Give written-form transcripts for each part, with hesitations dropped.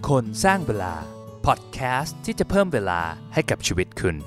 คนสร้างเวลาพอดแคสต์ที่จะเพิ่มเวลาให้กับชีวิตคุณ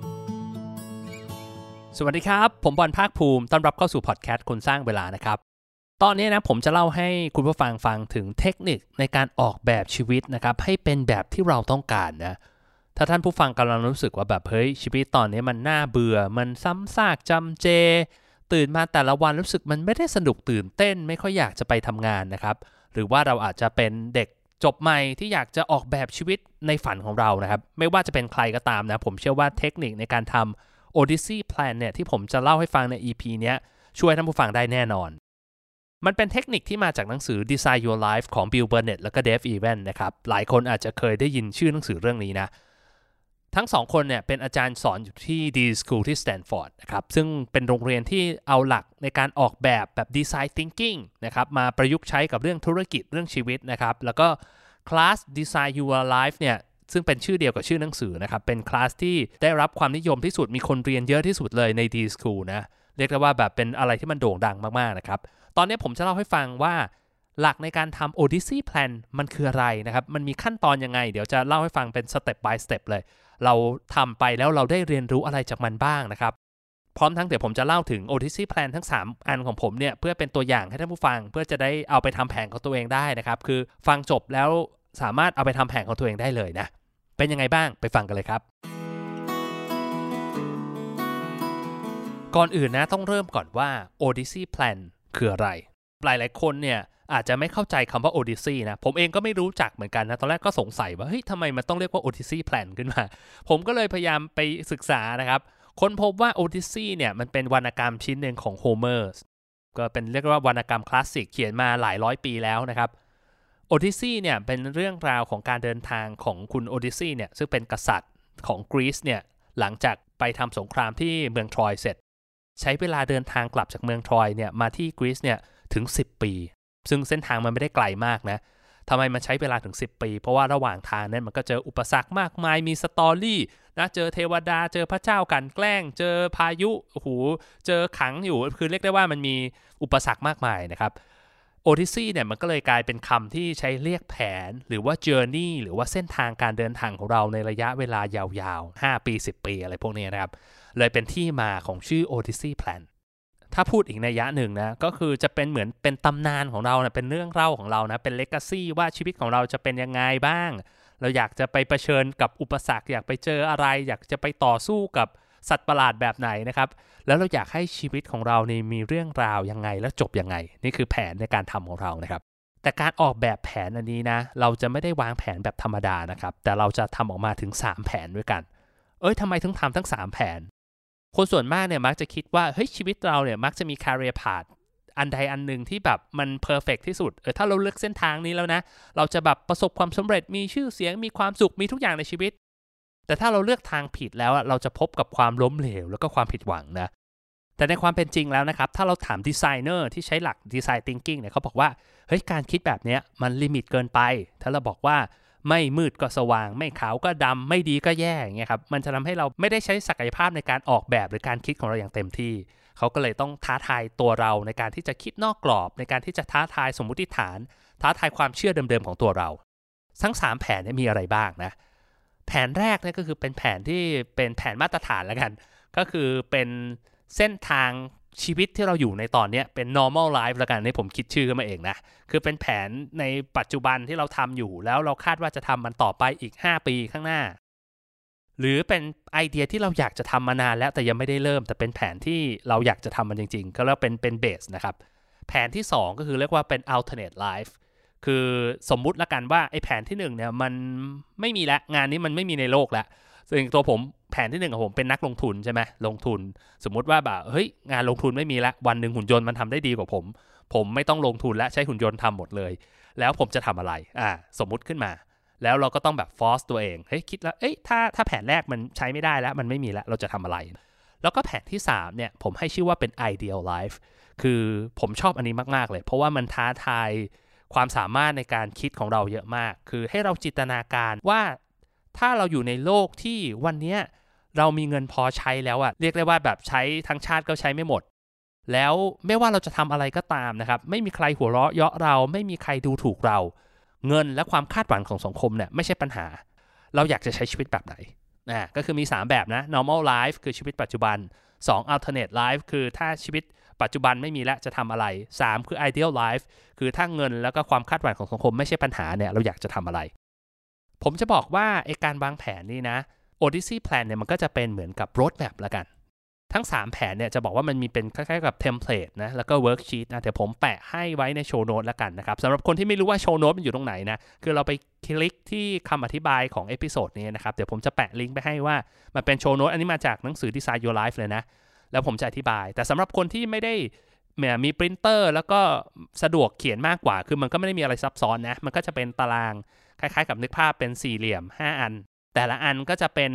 สวัสดีครับผมบอลภาคภูมิต้อนรับเข้าสู่พอดแคสต์คนสร้างเวลานะครับตอนนี้นะผมจะเล่าให้คุณผู้ฟังฟังถึงเทคนิคในการออกแบบชีวิตนะครับให้เป็นแบบที่เราต้องการนะถ้าท่านผู้ฟังกำลังรู้สึกว่าแบบเฮ้ยชีวิตตอนนี้มันน่าเบื่อมันซ้ำซากจำเจตื่นมาแต่ละวันรู้สึกมันไม่ได้สนุกตื่นเต้นไม่ค่อยอยากจะไปทำงานนะครับหรือว่าเราอาจจะเป็นเด็กจบใหม่ที่อยากจะออกแบบชีวิตในฝันของเรานะครับไม่ว่าจะเป็นใครก็ตามนะผมเชื่อว่าเทคนิคในการทำ Odyssey Plan เนี่ยที่ผมจะเล่าให้ฟังใน EP เนี้ยช่วยท่านผู้ฟังได้แน่นอนมันเป็นเทคนิคที่มาจากหนังสือ Design Your Life ของ Bill Burnett แล้วก็ Dave Evans นะครับหลายคนอาจจะเคยได้ยินชื่อหนังสือเรื่องนี้นะทั้งสองคนเนี่ยเป็นอาจารย์สอนอยู่ที่ D School ที่ Stanford นะครับซึ่งเป็นโรงเรียนที่เอาหลักในการออกแบบ Design Thinking นะครับมาประยุกต์ใช้กับเรื่องธุรกิจเรื่องชีวิตนะครับแล้วก็คลาส Design Your Life เนี่ยซึ่งเป็นชื่อเดียวกับชื่อหนังสือนะครับเป็นคลาสที่ได้รับความนิยมที่สุดมีคนเรียนเยอะที่สุดเลยใน D School นะเรียกได้ว่าแบบเป็นอะไรที่มันโด่งดังมากๆนะครับตอนนี้ผมจะเล่าให้ฟังว่าหลักในการทำ Odyssey Plan มันคืออะไรนะครับมันมีขั้นตอนยังไงเดี๋ยวจะเล่าให้ฟังเป็น Step by Step เลยเราทำไปแล้วเราได้เรียนรู้อะไรจากมันบ้างนะครับพร้อมทั้งเดี๋ยวผมจะเล่าถึง Odyssey Plan ทั้ง3อันของผมเนี่ยเพื่อเป็นตัวอย่างให้ท่านผู้ฟังเพื่อจะได้เอาไปทำแผนของตัวเองได้นะครับคือฟังจบแล้วสามารถเอาไปทำแผนของตัวเองได้เลยนะเป็นยังไงบ้างไปฟังกันเลยครับก่อนอื่นนะต้องเริ่มก่อนว่า Odyssey Plan คืออะไรหลายๆคนเนี่ยอาจจะไม่เข้าใจคำว่า Odyssey นะผมเองก็ไม่รู้จักเหมือนกันนะตอนแรกก็สงสัยว่าเฮ้ยทำไมมันต้องเรียกว่า Odyssey Plan ขึ้นมาผมก็เลยพยายามไปศึกษานะครับค้นพบว่า Odyssey เนี่ยมันเป็นวรรณกรรมชิ้นหนึ่งของโฮเมอร์ก็เป็นเรียกว่าวรรณกรรมคลาสสิกเขียนมาหลายร้อยปีแล้วนะครับOdyssey เนี่ยเป็นเรื่องราวของการเดินทางของคุณ Odyssey เนี่ยซึ่งเป็นกษัตริย์ของกรีซเนี่ยหลังจากไปทำสงครามที่เมืองทรอยเสร็จใช้เวลาเดินทางกลับจากเมืองทรอยเนี่ยมาที่กรีซเนี่ยถึง10 ปีซึ่งเส้นทางมันไม่ได้ไกลมากนะทำไมมันใช้เวลาถึง10 ปีเพราะว่าระหว่างทางนั้นมันก็เจออุปสรรคมากมายมีสตอรี่นะเจอเทวดาเจอพระเจ้ากันแกล้งเจอพายุโอ้โหเจอขังอยู่คือเรียกได้ว่ามันมีอุปสรรคมากมายนะครับOdyssey เนี่ยมันก็เลยกลายเป็นคำที่ใช้เรียกแผนหรือว่า journey หรือว่าเส้นทางการเดินทางของเราในระยะเวลายาวๆ5 ปี10 ปีอะไรพวกนี้นะครับเลยเป็นที่มาของชื่อ Odyssey Plan ถ้าพูดอีกนัยยะหนึ่งนะก็คือจะเป็นเหมือนเป็นตำนานของเรานะเป็นเรื่องเล่าของเรานะเป็น legacy ว่าชีวิตของเราจะเป็นยังไงบ้างเราอยากจะไปเผชิญกับอุปสรรคอยากไปเจออะไรอยากจะไปต่อสู้กับสัตว์ประหลาดแบบไหนนะครับแล้วเราอยากให้ชีวิตของเรานี่มีเรื่องราวยังไงและจบยังไงนี่คือแผนในการทำของเรานะครับแต่การออกแบบแผนอันนี้นะเราจะไม่ได้วางแผนแบบธรรมดานะครับแต่เราจะทำออกมาถึง3แผนด้วยกันทำไมถึงทำทั้ง3แผนคนส่วนมากเนี่ยมักจะคิดว่าเฮ้ยชีวิตเราเนี่ยมักจะมี career path อันใดอันหนึ่งที่แบบมัน perfect ที่สุดถ้าเราเลือกเส้นทางนี้แล้วนะเราจะแบบประสบความสำเร็จมีชื่อเสียงมีความสุขมีทุกอย่างในชีวิตแต่ถ้าเราเลือกทางผิดแล้วเราจะพบกับความล้มเหลวแล้วก็ความผิดหวังนะแต่ในความเป็นจริงแล้วนะครับถ้าเราถามดีไซเนอร์ที่ใช้หลัก Design Thinking เนี่ยเขาบอกว่าเฮ้ยการคิดแบบนี้มันลิมิตเกินไปถ้าเราบอกว่าไม่มืดก็สว่างไม่ขาวก็ดำไม่ดีก็แย่อย่างเงี้ยครับมันจะทำให้เราไม่ได้ใช้ศักยภาพในการออกแบบหรือการคิดของเราอย่างเต็มที่เขาก็เลยต้องท้าทายตัวเราในการที่จะคิดนอกกรอบในการที่จะท้าทายสมมุติฐานท้าทายความเชื่อเดิมๆของตัวเราทั้ง3แผนมีอะไรบ้างนะแผนแรกเนี่ยก็คือเป็นแผนที่เป็นแผนมาตรฐานแล้วกันก็คือเป็นเส้นทางชีวิตที่เราอยู่ในตอนนี้เป็น normal life แล้วกันนี่ผมคิดชื่อมาเองนะคือเป็นแผนในปัจจุบันที่เราทำอยู่แล้วเราคาดว่าจะทำมันต่อไปอีก5 ปีข้างหน้าหรือเป็นไอเดียที่เราอยากจะทำมานานแล้วแต่ยังไม่ได้เริ่มแต่เป็นแผนที่เราอยากจะทำมันจริงๆก็เรียกเป็นเบสนะครับแผนที่2ก็คือเรียกว่าเป็น alternate lifeคือสมมุติละกันว่าไอ้แผนที่1เนี่ยมันไม่มีแล้วงานนี้มันไม่มีในโลกแล้วซึ่งตัวผมแผนที่1ของผมเป็นนักลงทุนใช่ไหมลงทุนสมมุติว่าแบบเฮ้ยงานลงทุนไม่มีแล้ววันหนึ่งหุ่นยนต์มันทำได้ดีกว่าผมไม่ต้องลงทุนและใช้หุ่นยนต์ทำหมดเลยแล้วผมจะทำอะไรสมมุติขึ้นมาแล้วเราก็ต้องแบบฟอร์สตัวเองเฮ้ยคิดแล้วถ้าแผนแรกมันใช้ไม่ได้แล้วมันไม่มีแล้วเราจะทำอะไรแล้วก็แผนที่3เนี่ยผมให้ชื่อว่าเป็น ideal life คือผมชอบอันนี้มากๆเลยเพราะว่ามันท้าทายความสามารถในการคิดของเราเยอะมากคือให้เราจินตนาการว่าถ้าเราอยู่ในโลกที่วันนี้เรามีเงินพอใช้แล้วเรียกได้ว่าแบบใช้ทั้งชาติก็ใช้ไม่หมดแล้วไม่ว่าเราจะทำอะไรก็ตามนะครับไม่มีใครหัวเราะเยาะเราไม่มีใครดูถูกเราเงินและความคาดหวังของสังคมเนี่ยไม่ใช่ปัญหาเราอยากจะใช้ชีวิตแบบไหนก็คือมี3แบบนะ normal life คือชีวิตปัจจุบัน2 alternate life คือถ้าชีวิตปัจจุบันไม่มีแล้วจะทำอะไร3คือ ideal life คือถ้าเงินแล้วก็ความคาดหวังของสังคมไม่ใช่ปัญหาเนี่ยเราอยากจะทำอะไรผมจะบอกว่าไอ้การวางแผนนี่นะ Odyssey Plan เนี่ยมันก็จะเป็นเหมือนกับ road map ละกันทั้ง3แผนเนี่ยจะบอกว่ามันมีเป็นคล้ายๆกับเทมเพลตนะแล้วก็เวิร์กชีตนะเดี๋ยวผมแปะให้ไว้ในโชว์โน้ตแล้วกันนะครับสำหรับคนที่ไม่รู้ว่าโชว์โน้ตมันอยู่ตรงไหนนะคือเราไปคลิกที่คำอธิบายของเอพิโซดนี้นะครับเดี๋ยวผมจะแปะลิงก์ไปให้ว่ามันเป็นโชว์โน้ตอันนี้มาจากหนังสือ Design Your Life เลยนะแล้วผมจะอธิบายแต่สำหรับคนที่ไม่ได้มีปรินเตอร์แล้วก็สะดวกเขียนมากกว่าคือมันก็ไม่ได้มีอะไรซับซ้อนนะมันก็จะเป็นตารางคล้ายๆกับนึกภาพเป็นสี่เหลี่ยม5อันแต่ละอันก็จะเป็น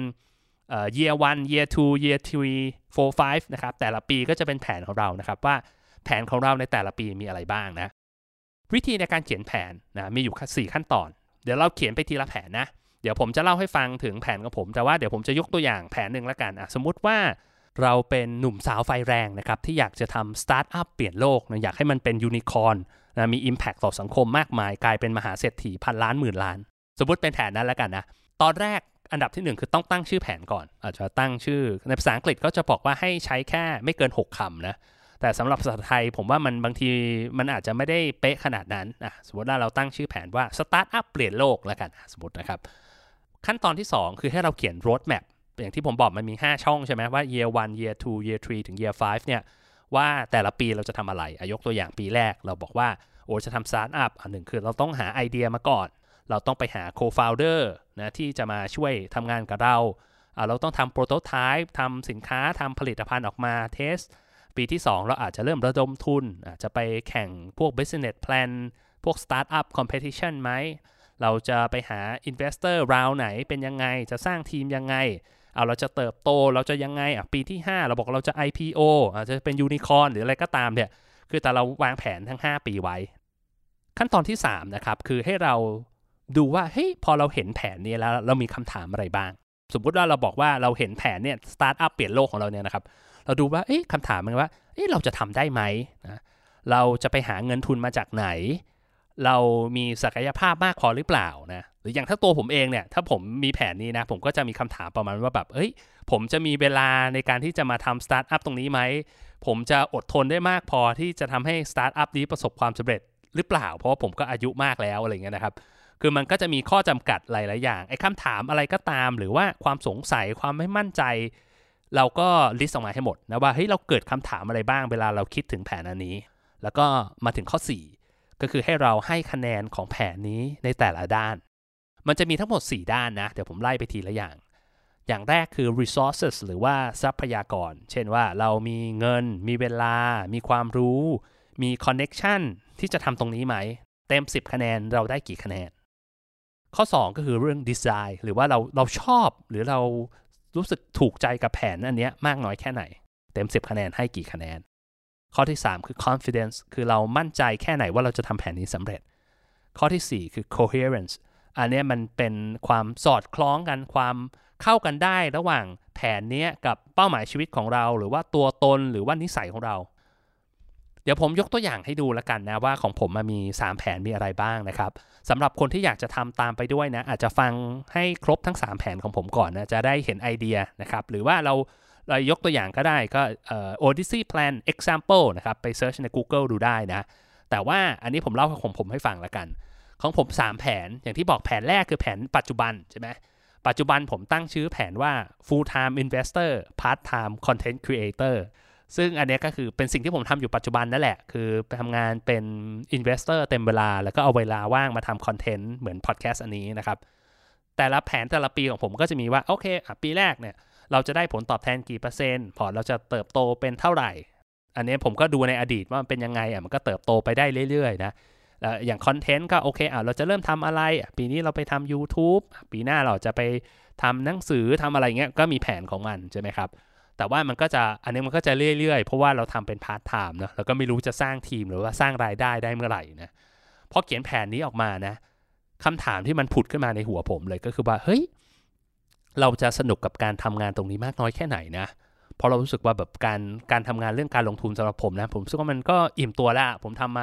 year 1 year 2 year 3 4 5นะครับแต่ละปีก็จะเป็นแผนของเรานะครับว่าแผนของเราในแต่ละปีมีอะไรบ้างนะวิธีในการเขียนแผนนะมีอยู่4ขั้นตอนเดี๋ยวเราเขียนไปทีละแผนนะเดี๋ยวผมจะเล่าให้ฟังถึงแผนของผมแต่ว่าเดี๋ยวผมจะยกตัวอย่างแผนหนึ่งละกันสมมุติว่าเราเป็นหนุ่มสาวไฟแรงนะครับที่อยากจะทำสตาร์ทอัพเปลี่ยนโลกนะอยากให้มันเป็นยูนิคอร์นนะมี Impact ต่อสังคมมากมายกลายเป็นมหาเศรษฐีพันล้านหมื่นล้านสมมติเป็นแผนนั้นละกันนะตอนแรกอันดับที่1คือต้องตั้งชื่อแผนก่อนอาจจะตั้งชื่อในภาษาอังกฤษก็จะบอกว่าให้ใช้แค่ไม่เกิน6คำนะแต่สำหรับภาษาไทยผมว่ามันบางทีมันอาจจะไม่ได้เป๊ะขนาดนั้นสมมติว่าเราตั้งชื่อแผนว่าสตาร์ทอัพเปลี่ยนโลกแล้วกันสมมตินะครับขั้นตอนที่2คือให้เราเขียน road map อย่างที่ผมบอกมันมี5ช่องใช่ไหมว่า year 1 year 2 year 3 ถึง year 5เนี่ยว่าแต่ละปีเราจะทำอะไรยกตัวอย่างปีแรกเราบอกว่าจะทำสตาร์ทอัพอันหนึ่งคือเราต้องหาไอเดียมาก่อนเราต้องไปหา co-founder นะที่จะมาช่วยทำงานกับเราต้องทำ prototype ทำสินค้าทำผลิตภัณฑ์ออกมาเทสปีที่2เราอาจจะเริ่มระดมทุนอาจจะไปแข่งพวก business plan พวก startup competition ไหมเราจะไปหา investor round ไหนเป็นยังไงจะสร้างทีมยังไงเราจะเติบโตเราจะยังไงปีที่5เราบอกเราจะ IPO อาจจะเป็น unicorn หรืออะไรก็ตามเนี่ยคือแต่เราวางแผนทั้ง5ปีไว้ขั้นตอนที่3นะครับคือให้เราดูว่าเฮ้ยพอเราเห็นแผนนี้แล้วเรามีคำถามอะไรบ้างสมมุติว่าเราบอกว่าเราเห็นแผนเนี่ยสตาร์ทอัพเปลี่ยนโลกของเราเนี่ยนะครับเราดูว่าคำถามมันว่าเราจะทำได้ไหมนะเราจะไปหาเงินทุนมาจากไหนเรามีศักยภาพมากพอหรือเปล่านะหรืออย่างถ้าตัวผมเองเนี่ยถ้าผมมีแผนนี้นะผมก็จะมีคำถามประมาณว่าแบบผมจะมีเวลาในการที่จะมาทำสตาร์ทอัพตรงนี้ไหมผมจะอดทนได้มากพอที่จะทำให้สตาร์ทอัพนี้ประสบความสำเร็จหรือเปล่าเพราะว่าผมก็อายุมากแล้วอะไรเงี้ยนะครับคือมันก็จะมีข้อจำกัดหลายๆอย่างคำถามอะไรก็ตามหรือว่าความสงสัยความไม่มั่นใจเราก็ลิสต์ออกมาให้หมดนะว่าเราเกิดคำถามอะไรบ้างเวลาเราคิดถึงแผนอันนี้แล้วก็มาถึงข้อ4ก็คือให้เราให้คะแนนของแผนนี้ในแต่ละด้านมันจะมีทั้งหมด4ด้านนะเดี๋ยวผมไล่ไปทีละอย่างแรกคือ resources หรือว่าทรัพยากรเช่นว่าเรามีเงินมีเวลามีความรู้มี connection ที่จะทำตรงนี้ไหมเต็ม10คะแนนเราได้กี่คะแนนข้อ2ก็คือเรื่องดีไซน์หรือว่าเราชอบหรือเรารู้สึกถูกใจกับแผนอันนี้มากน้อยแค่ไหนเต็ม10คะแนนให้กี่คะแนนข้อที่3คือ confidence คือเรามั่นใจแค่ไหนว่าเราจะทำแผนนี้สำเร็จข้อที่4คือ coherence อันนี้มันเป็นความสอดคล้องกันความเข้ากันได้ระหว่างแผนนี้กับเป้าหมายชีวิตของเราหรือว่าตัวตนหรือว่านิสัยของเราเดี๋ยวผมยกตัวอย่างให้ดูแล้วกันนะว่าของผมมี3แผนมีอะไรบ้างนะครับสำหรับคนที่อยากจะทำตามไปด้วยนะอาจจะฟังให้ครบทั้ง3แผนของผมก่อนนะจะได้เห็นไอเดียนะครับหรือว่าเรายกตัวอย่างก็ได้ก็Odyssey Plan Example นะครับไปเซิร์ชใน Google ดูได้นะแต่ว่าอันนี้ผมเล่าของผมให้ฟังแล้วกันของผม3แผนอย่างที่บอกแผนแรกคือแผนปัจจุบันใช่ไหมปัจจุบันผมตั้งชื่อแผนว่า Full Time Investor Part Time Content Creatorซึ่งอันนี้ก็คือเป็นสิ่งที่ผมทำอยู่ปัจจุบันนั่นแหละคือไปทำงานเป็น investor เต็มเวลาแล้วก็เอาเวลาว่างมาทำคอนเทนต์เหมือนพอดแคสต์อันนี้นะครับแต่ละแผนแต่ละปีของผมก็จะมีว่าโอเคปีแรกเนี่ยเราจะได้ผลตอบแทนกี่เปอร์เซ็นต์พอเราจะเติบโตเป็นเท่าไหร่อันนี้ผมก็ดูในอดีตว่ามันเป็นยังไงมันก็เติบโตไปได้เรื่อยๆนะอย่างคอนเทนต์ก็โอเคเราจะเริ่มทำอะไรปีนี้เราไปทำ YouTube ปีหน้าเราจะไปทำหนังสือทำอะไรเงี้ยก็มีแผนของมันใช่ไหมครับแต่ว่ามันก็จะอันนี้มันก็จะเรื่อยๆเพราะว่าเราทำเป็นพาร์ทไทม์นะแล้วก็ไม่รู้จะสร้างทีมหรือว่าสร้างรายได้ได้เมื่อไหร่นะพอเขียนแผนนี้ออกมานะคำถามที่มันผุดขึ้นมาในหัวผมเลยก็คือว่าเฮ้ยเราจะสนุกกับการทำงานตรงนี้มากน้อยแค่ไหนนะเพราะเรารู้สึกว่าแบบการทำงานเรื่องการลงทุนสำหรับผมนะผมรู้สึกว่ามันก็อิ่มตัวแล้วผมทำมา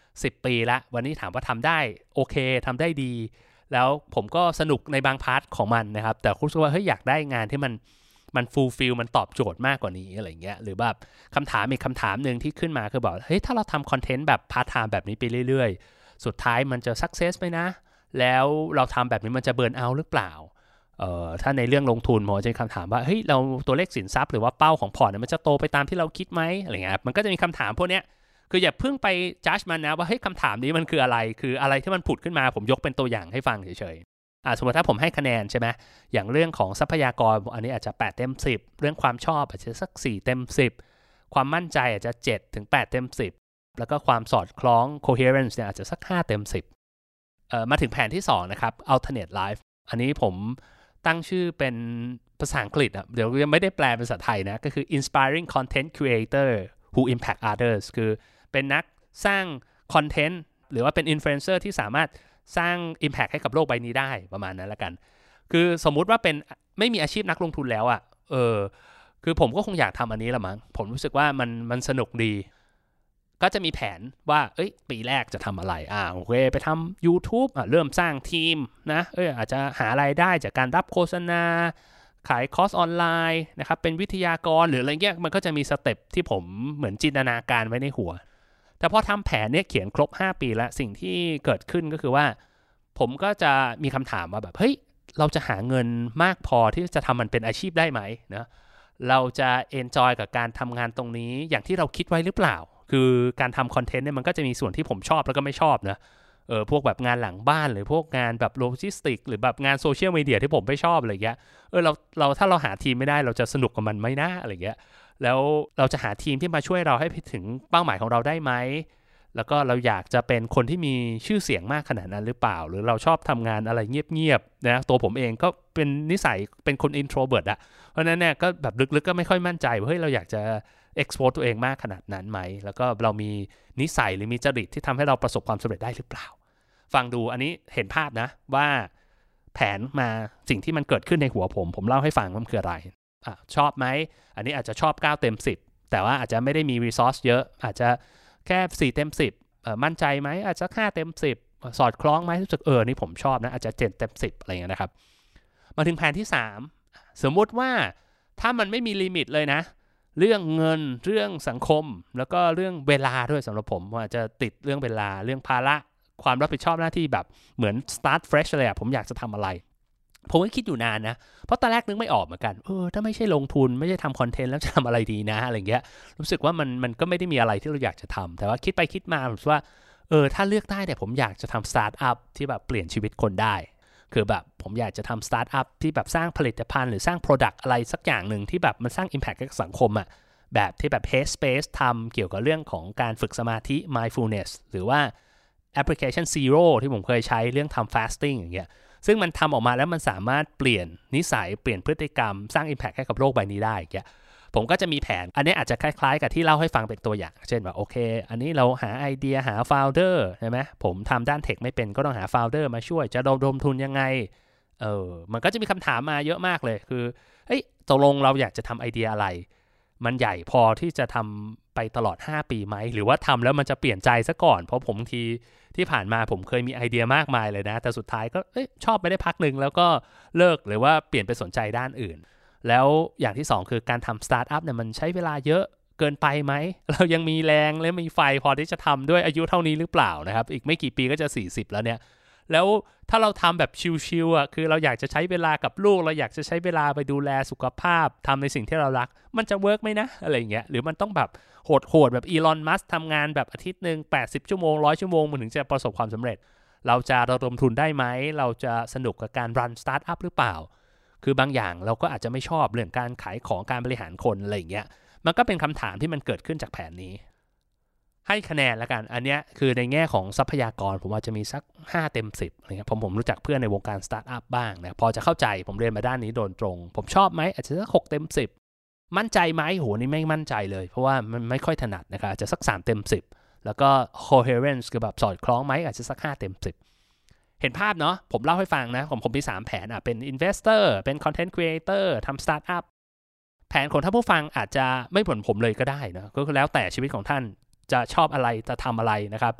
10 ปีละวันนี้ถามว่าทำได้โอเคทำได้ดีแล้วผมก็สนุกในบางพาร์ทของมันนะครับแต่รู้สึกว่าเฮ้ยอยากได้งานที่มันฟูลฟิลมันตอบโจทย์มากกว่านี้อะไรเงี้ยหรือแบบคำถามอีกคำถามหนึ่งที่ขึ้นมาคือบอกเฮ้ยถ้าเราทำคอนเทนต์แบบพาร์ทไทม์แบบนี้ไปเรื่อยๆสุดท้ายมันจะสักเซสไหมนะแล้วเราทำแบบนี้มันจะเบิร์นเอาท์หรือเปล่าถ้าในเรื่องลงทุนผมจะมีคำถามว่าเฮ้ยเราตัวเลขสินทรัพย์หรือว่าเป้าของพอร์ตมันจะโตไปตามที่เราคิดไหมอะไรเงี้ยมันก็จะมีคำถามพวกนี้คืออย่าเพิ่งไปจัดมันนะว่าเฮ้ยคำถามนี้มันคืออะไรที่มันผุดขึ้นมาผมยกเป็นตัวอย่างให้ฟังเฉยๆสมมติถ้าผมให้คะแนนใช่ไหมอย่างเรื่องของทรัพยากรอันนี้อาจจะ8 เต็ม 10เรื่องความชอบอาจจะสัก4 เต็ม 10ความมั่นใจอาจจะ7 ถึง 8 เต็ม 10แล้วก็ความสอดคล้อง coherence เนี่ยอาจจะสัก5 เต็ม 10มาถึงแผนที่2นะครับ alternate life อันนี้ผมตั้งชื่อเป็นภาษาอังกฤษเดี๋ยวยังไม่ได้แปลเป็นภาษาไทยนะก็คือ inspiring content creator who impact others คือเป็นนักสร้างคอนเทนต์หรือว่าเป็นอินฟลูเอนเซอร์ที่สามารถสร้าง Impact ให้กับโลกใบนี้ได้ประมาณนั้นละกันคือสมมุติว่าเป็นไม่มีอาชีพนักลงทุนแล้วคือผมก็คงอยากทำอันนี้ละมั้งผมรู้สึกว่ามันสนุกดีก็จะมีแผนว่าปีแรกจะทำอะไรโอเคไปทำ YouTube เริ่มสร้างทีมนะอาจจะหารายได้จากการรับโฆษณาขายคอร์สออนไลน์นะครับเป็นวิทยากรหรืออะไรเงี้ยมันก็จะมีสเต็ปที่ผมเหมือนจินตนาการไว้ในหัวแต่พอทำแผนเนี่ยเขียนครบ5 ปีแล้วสิ่งที่เกิดขึ้นก็คือว่าผมก็จะมีคำถามว่าแบบเฮ้ยเราจะหาเงินมากพอที่จะทำมันเป็นอาชีพได้ไหมนะเราจะเอนจอยกับการทำงานตรงนี้อย่างที่เราคิดไว้หรือเปล่าคือการทำคอนเทนต์เนี่ยมันก็จะมีส่วนที่ผมชอบแล้วก็ไม่ชอบนะพวกแบบงานหลังบ้านหรือพวกงานแบบโลจิสติกหรือแบบงานโซเชียลมีเดียที่ผมไม่ชอบอะไรเงี้ยเราถ้าเราหาทีมไม่ได้เราจะสนุกกับมันไหมนะอะไรเงี้ยแล้วเราจะหาทีมที่มาช่วยเราให้ถึงเป้าหมายของเราได้ไหมแล้วก็เราอยากจะเป็นคนที่มีชื่อเสียงมากขนาดนั้นหรือเปล่าหรือเราชอบทำงานอะไรเงียบๆนะตัวผมเองก็เป็นนิสัยเป็นคน introvert เพราะนั้นเนี่ยก็แบบลึกๆก็ไม่ค่อยมั่นใจว่าเฮ้ยเราอยากจะ expose ตัวเองมากขนาดนั้นไหมแล้วก็เรามีนิสัยหรือมีจริตที่ทำให้เราประสบความสำเร็จได้หรือเปล่าฟังดูอันนี้เห็นภาพนะว่าแผนมาสิ่งที่มันเกิดขึ้นในหัวผมเล่าให้ฟังว่ามันคืออะไรชอบไหมอันนี้อาจจะชอบ9 เต็ม 10แต่ว่าอาจจะไม่ได้มี resource เยอะอาจจะแค่4 เต็ม 10มั่นใจไหมอาจจะ5 เต็ม 10สอดคล้องไหมรู้สึกนี่ผมชอบนะอาจจะ7 เต็ม 10อะไรอย่างเงี้ยนะครับมาถึงแผนที่3สมมุติว่าถ้ามันไม่มีลิมิตเลยนะเรื่องเงินเรื่องสังคมแล้วก็เรื่องเวลาด้วยสำหรับผมว่าจะติดเรื่องเวลาเรื่องภาระความรับผิดชอบหน้าที่แบบเหมือน start fresh เลยผมอยากจะทำอะไรผมก็คิดอยู่นานนะเพราะตอนแรกนึกไม่ออกเหมือนกันถ้าไม่ใช่ลงทุนไม่ใช่ทำคอนเทนต์แล้วจะทำอะไรดีนะอะไรเงี้ยรู้สึกว่ามันก็ไม่ได้มีอะไรที่เราอยากจะทำแต่ว่าคิดไปคิดมาผมว่าถ้าเลือกได้เนี่ยผมอยากจะทำสตาร์ทอัพที่แบบเปลี่ยนชีวิตคนได้คือแบบผมอยากจะทำสตาร์ทอัพที่แบบสร้างผลิตภัณฑ์หรือสร้าง Product อะไรสักอย่างหนึ่งที่แบบมันสร้าง Impact กับสังคมแบบที่แบบ Headspace ทำเกี่ยวกับเรื่องของการฝึกสมาธิ mindfulness หรือว่าแอปพลิเคชัน Zero ที่ผมเคยใช้เรื่องทำ fasting อย่างเงี้ยซึ่งมันทำออกมาแล้วมันสามารถเปลี่ยนนิสัยเปลี่ยนพฤติกรรมสร้าง Impact ให้กับโลกใบนี้ได้อย่างเงี้ยผมก็จะมีแผนอันนี้อาจจะคล้ายๆกับที่เล่าให้ฟังเป็นตัวอย่างเช่นว่าโอเคอันนี้เราหาไอเดียหา founder ใช่ไหมผมทำด้านเทคไม่เป็นก็ต้องหา founder มาช่วยจะระดมทุนยังไงมันก็จะมีคำถามมาเยอะมากเลยคือตกลงเราอยากจะทำไอเดียอะไรมันใหญ่พอที่จะทำไปตลอด5 ปีไหมหรือว่าทำแล้วมันจะเปลี่ยนใจซะก่อนเพราะผมทีที่ผ่านมาผมเคยมีไอเดียมากมายเลยนะแต่สุดท้ายก็ชอบไปได้พักหนึ่งแล้วก็เลิกหรือว่าเปลี่ยนไปสนใจด้านอื่นแล้วอย่างที่2คือการทำสตาร์ทอัพเนี่ยมันใช้เวลาเยอะเกินไปไหมเรายังมีแรงและมีไฟพอที่จะทำด้วยอายุเท่านี้หรือเปล่านะครับอีกไม่กี่ปีก็จะ40แล้วเนี่ยแล้วถ้าเราทำแบบชิลๆคือเราอยากจะใช้เวลากับลูกเราอยากจะใช้เวลาไปดูแลสุขภาพทำในสิ่งที่เรารักมันจะเวิร์กไหมนะอะไรเงี้ยหรือมันต้องแบบโหดแบบอีลอนมัสก์ทำงานแบบอาทิตย์นึง80 ชั่วโมง100 ชั่วโมงมันถึงจะประสบความสำเร็จเราจะระดมทุนได้ไหมเราจะสนุกกับการรันสตาร์ทอัพหรือเปล่าคือบางอย่างเราก็อาจจะไม่ชอบเรื่องการขายของการบริหารคนอะไรเงี้ยมันก็เป็นคำถามที่มันเกิดขึ้นจากแผนนี้ให้คะแนนละกันอันนี้คือในแง่ของทรัพยากรผมว่าจะมีสัก5 เต็ม 10อะไรเงี้ยผมรู้จักเพื่อนในวงการสตาร์ทอัพบ้างนะพอจะเข้าใจผมเรียนมาด้านนี้โดยตรงผมชอบไหมอาจจะสัก6 เต็ม 10มั่นใจไหมโหนี่ไม่มั่นใจเลยเพราะว่ามันไม่ค่อยถนัดนะครับอาจจะสัก3 เต็ม 10แล้วก็ coherence คือแบบสอดคล้องไหมอาจจะสัก5 เต็ม 10เห็นภาพเนาะผมเล่าให้ฟังนะผมมี3 แผนเป็น investor เป็น content creator ทำ startup แผนของท่านผู้ฟังอาจจะไม่เหมือนผมเลยก็ได้นะก็คือแล้วแต่ชีวิตของท่านจะชอบอะไรจะทำอะไรนะครับ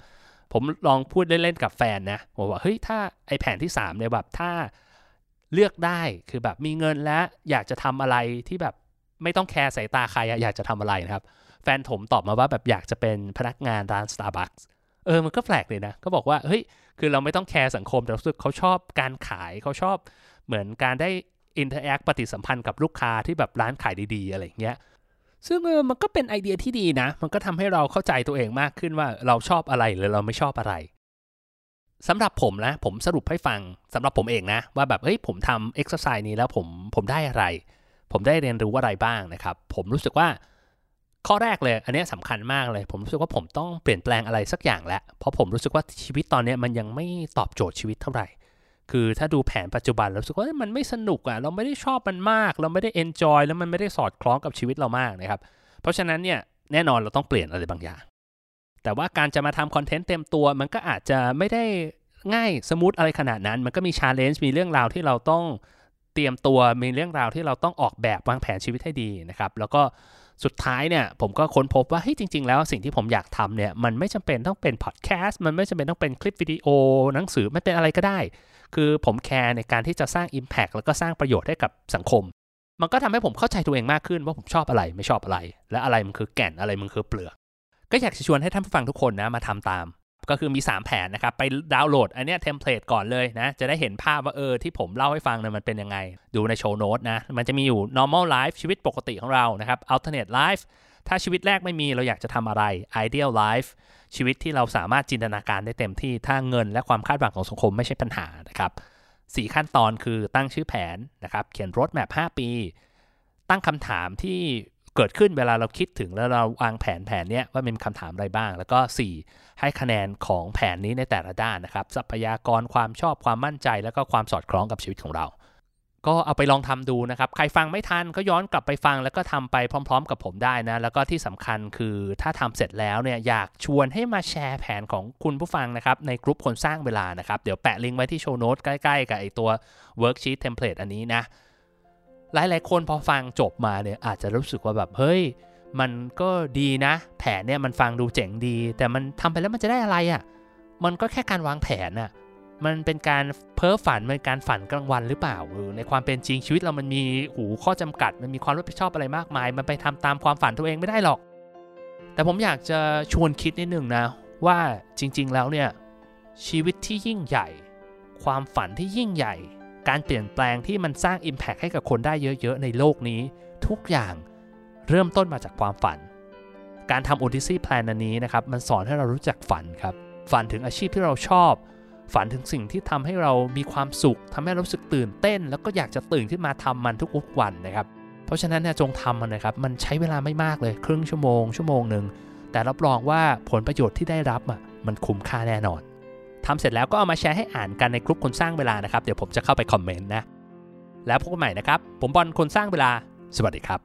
ผมลองพูดเล่นๆกับแฟนนะบอกว่าเฮ้ยถ้าไอแผนที่3เนี่ยแบบถ้าเลือกได้คือแบบมีเงินและอยากจะทำอะไรที่แบบไม่ต้องแคร์สายตาใครอยากจะทำอะไรนะครับแฟนผมตอบมาว่าแบบอยากจะเป็นพนักงานร้าน Starbucks มันก็แปลกเลยนะก็บอกว่าเฮ้ยคือเราไม่ต้องแคร์สังคมแต่รู้สึกเขาชอบการขายเขาชอบเหมือนการได้อินเทอร์แอคปฏิสัมพันธ์กับลูกค้าที่แบบร้านขายดีๆอะไรอย่างเงี้ยซึ่งมันก็เป็นไอเดียที่ดีนะมันก็ทำให้เราเข้าใจตัวเองมากขึ้นว่าเราชอบอะไรหรือเราไม่ชอบอะไรสำหรับผมนะผมสรุปให้ฟังสำหรับผมเองนะว่าแบบเฮ้ยผมทำเอ็กซ์ไซส์นี้แล้วผมได้อะไรผมได้เรียนรู้อะไรบ้างนะครับผมรู้สึกว่าข้อแรกเลยอันนี้สำคัญมากเลยผมรู้สึกว่าผมต้องเปลี่ยนแปลงอะไรสักอย่างแล้วเพราะผมรู้สึกว่าชีวิตตอนนี้มันยังไม่ตอบโจทย์ชีวิตเท่าไหร่คือถ้าดูแผนปัจจุบันรู้สึกว่ามันไม่สนุกเราไม่ได้ชอบมันมากเราไม่ได้เอนจอยแล้วมันไม่ได้สอดคล้องกับชีวิตเรามากนะครับเพราะฉะนั้นเนี่ยแน่นอนเราต้องเปลี่ยนอะไรบางอย่างแต่ว่าการจะมาทำคอนเทนต์เต็มตัวมันก็อาจจะไม่ได้ง่ายสมูทอะไรขนาดนั้นมันก็มี challenge มีเรื่องราวที่เราต้องเตรียมตัวมีเรื่องราวที่เราต้องออกแบบวางแผนชีวิตให้ดีนะครับแล้วก็สุดท้ายเนี่ยผมก็ค้นพบว่าเฮ้ยจริงๆแล้วสิ่งที่ผมอยากทำเนี่ยมันไม่จำเป็นต้องเป็นพอดแคสต์มันไม่จำเป็นต้องเป็นคลิปวิดีโอหนังสือมันเป็นอะไรก็ได้คือผมแคร์ในการที่จะสร้าง Impact แล้วก็สร้างประโยชน์ให้กับสังคมมันก็ทำให้ผมเข้าใจตัวเองมากขึ้นว่าผมชอบอะไรไม่ชอบอะไรและอะไรมันคือแก่นอะไรมันคือเปลือกก็อยากจะชวนให้ท่านผู้ฟังทุกคนนะมาทำตามก็คือมี3แผนนะครับไปดาวน์โหลดอันเนี้ยเทมเพลตก่อนเลยนะจะได้เห็นภาพว่าที่ผมเล่าให้ฟังเนี่ยมันเป็นยังไงดูในโชว์โน้ตนะมันจะมีอยู่ normal life ชีวิตปกติของเรานะครับ alternate life ถ้าชีวิตแรกไม่มีเราอยากจะทำอะไร ideal life ชีวิตที่เราสามารถจินตนาการได้เต็มที่ถ้าเงินและความคาดหวังของสังคมไม่ใช่ปัญหานะครับ4ขั้นตอนคือตั้งชื่อแผนนะครับเขียน road map 5 ปีตั้งคำถามที่เกิดขึ้นเวลาเราคิดถึงแล้วเราวางแผนเนี้ยว่ามีคำถามอะไรบ้างแล้วก็4ให้คะแนนของแผนนี้ในแต่ละด้านนะครับทรัพยากรความชอบความมั่นใจแล้วก็ความสอดคล้องกับชีวิตของเราก็เอาไปลองทำดูนะครับใครฟังไม่ทันก็ย้อนกลับไปฟังแล้วก็ทำไปพร้อมๆกับผมได้นะแล้วก็ที่สำคัญคือถ้าทำเสร็จแล้วเนี่ยอยากชวนให้มาแชร์แผนของคุณผู้ฟังนะครับในกลุ่มคนสร้างเวลานะครับเดี๋ยวแปะลิงก์ไว้ที่โชว์โน้ตใกล้ๆกับไอตัวเวิร์กชีทเทมเพลตอันนี้นะหลายๆคนพอฟังจบมาเนี่ยอาจจะรู้สึกว่าแบบเฮ้ยมันก็ดีนะแผนเนี่ยมันฟังดูเจ๋งดีแต่มันทำไปแล้วมันจะได้อะไรมันก็แค่การวางแผนมันเป็นการเพ้อฝันเป็นการฝันกลางวันหรือเปล่าในความเป็นจริงชีวิตเรามันมีข้อจำกัดมันมีความรับผิดชอบอะไรมากมายมันไปทำตามความฝันตัวเองไม่ได้หรอกแต่ผมอยากจะชวนคิดนิดนึงนะว่าจริงๆแล้วเนี่ยชีวิตที่ยิ่งใหญ่ความฝันที่ยิ่งใหญ่การเปลี่ยนแปลงที่มันสร้าง Impact ให้กับคนได้เยอะๆในโลกนี้ทุกอย่างเริ่มต้นมาจากความฝันการทำ Odyssey Plan อันนี้นะครับมันสอนให้เรารู้จักฝันครับฝันถึงอาชีพที่เราชอบฝันถึงสิ่งที่ทำให้เรามีความสุขทำให้เรารู้สึกตื่นเต้นแล้วก็อยากจะตื่นขึ้นมาทำมันทุกวันนะครับเพราะฉะนั้นเนี่ยจงทำมันนะครับมันใช้เวลาไม่มากเลยครึ่งชั่วโมงนึงแต่รับรองว่าผลประโยชน์ที่ได้รับมันคุ้มค่าแน่นอนทำเสร็จแล้วก็เอามาแชร์ให้อ่านกันในกลุ่มคนสร้างเวลานะครับเดี๋ยวผมจะเข้าไปคอมเมนต์นะแล้วพบกันใหม่นะครับผมบอลคนสร้างเวลาสวัสดีครับ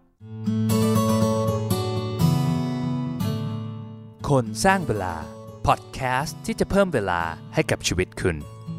คนสร้างเวลาพอดแคสต์ที่จะเพิ่มเวลาให้กับชีวิตคุณ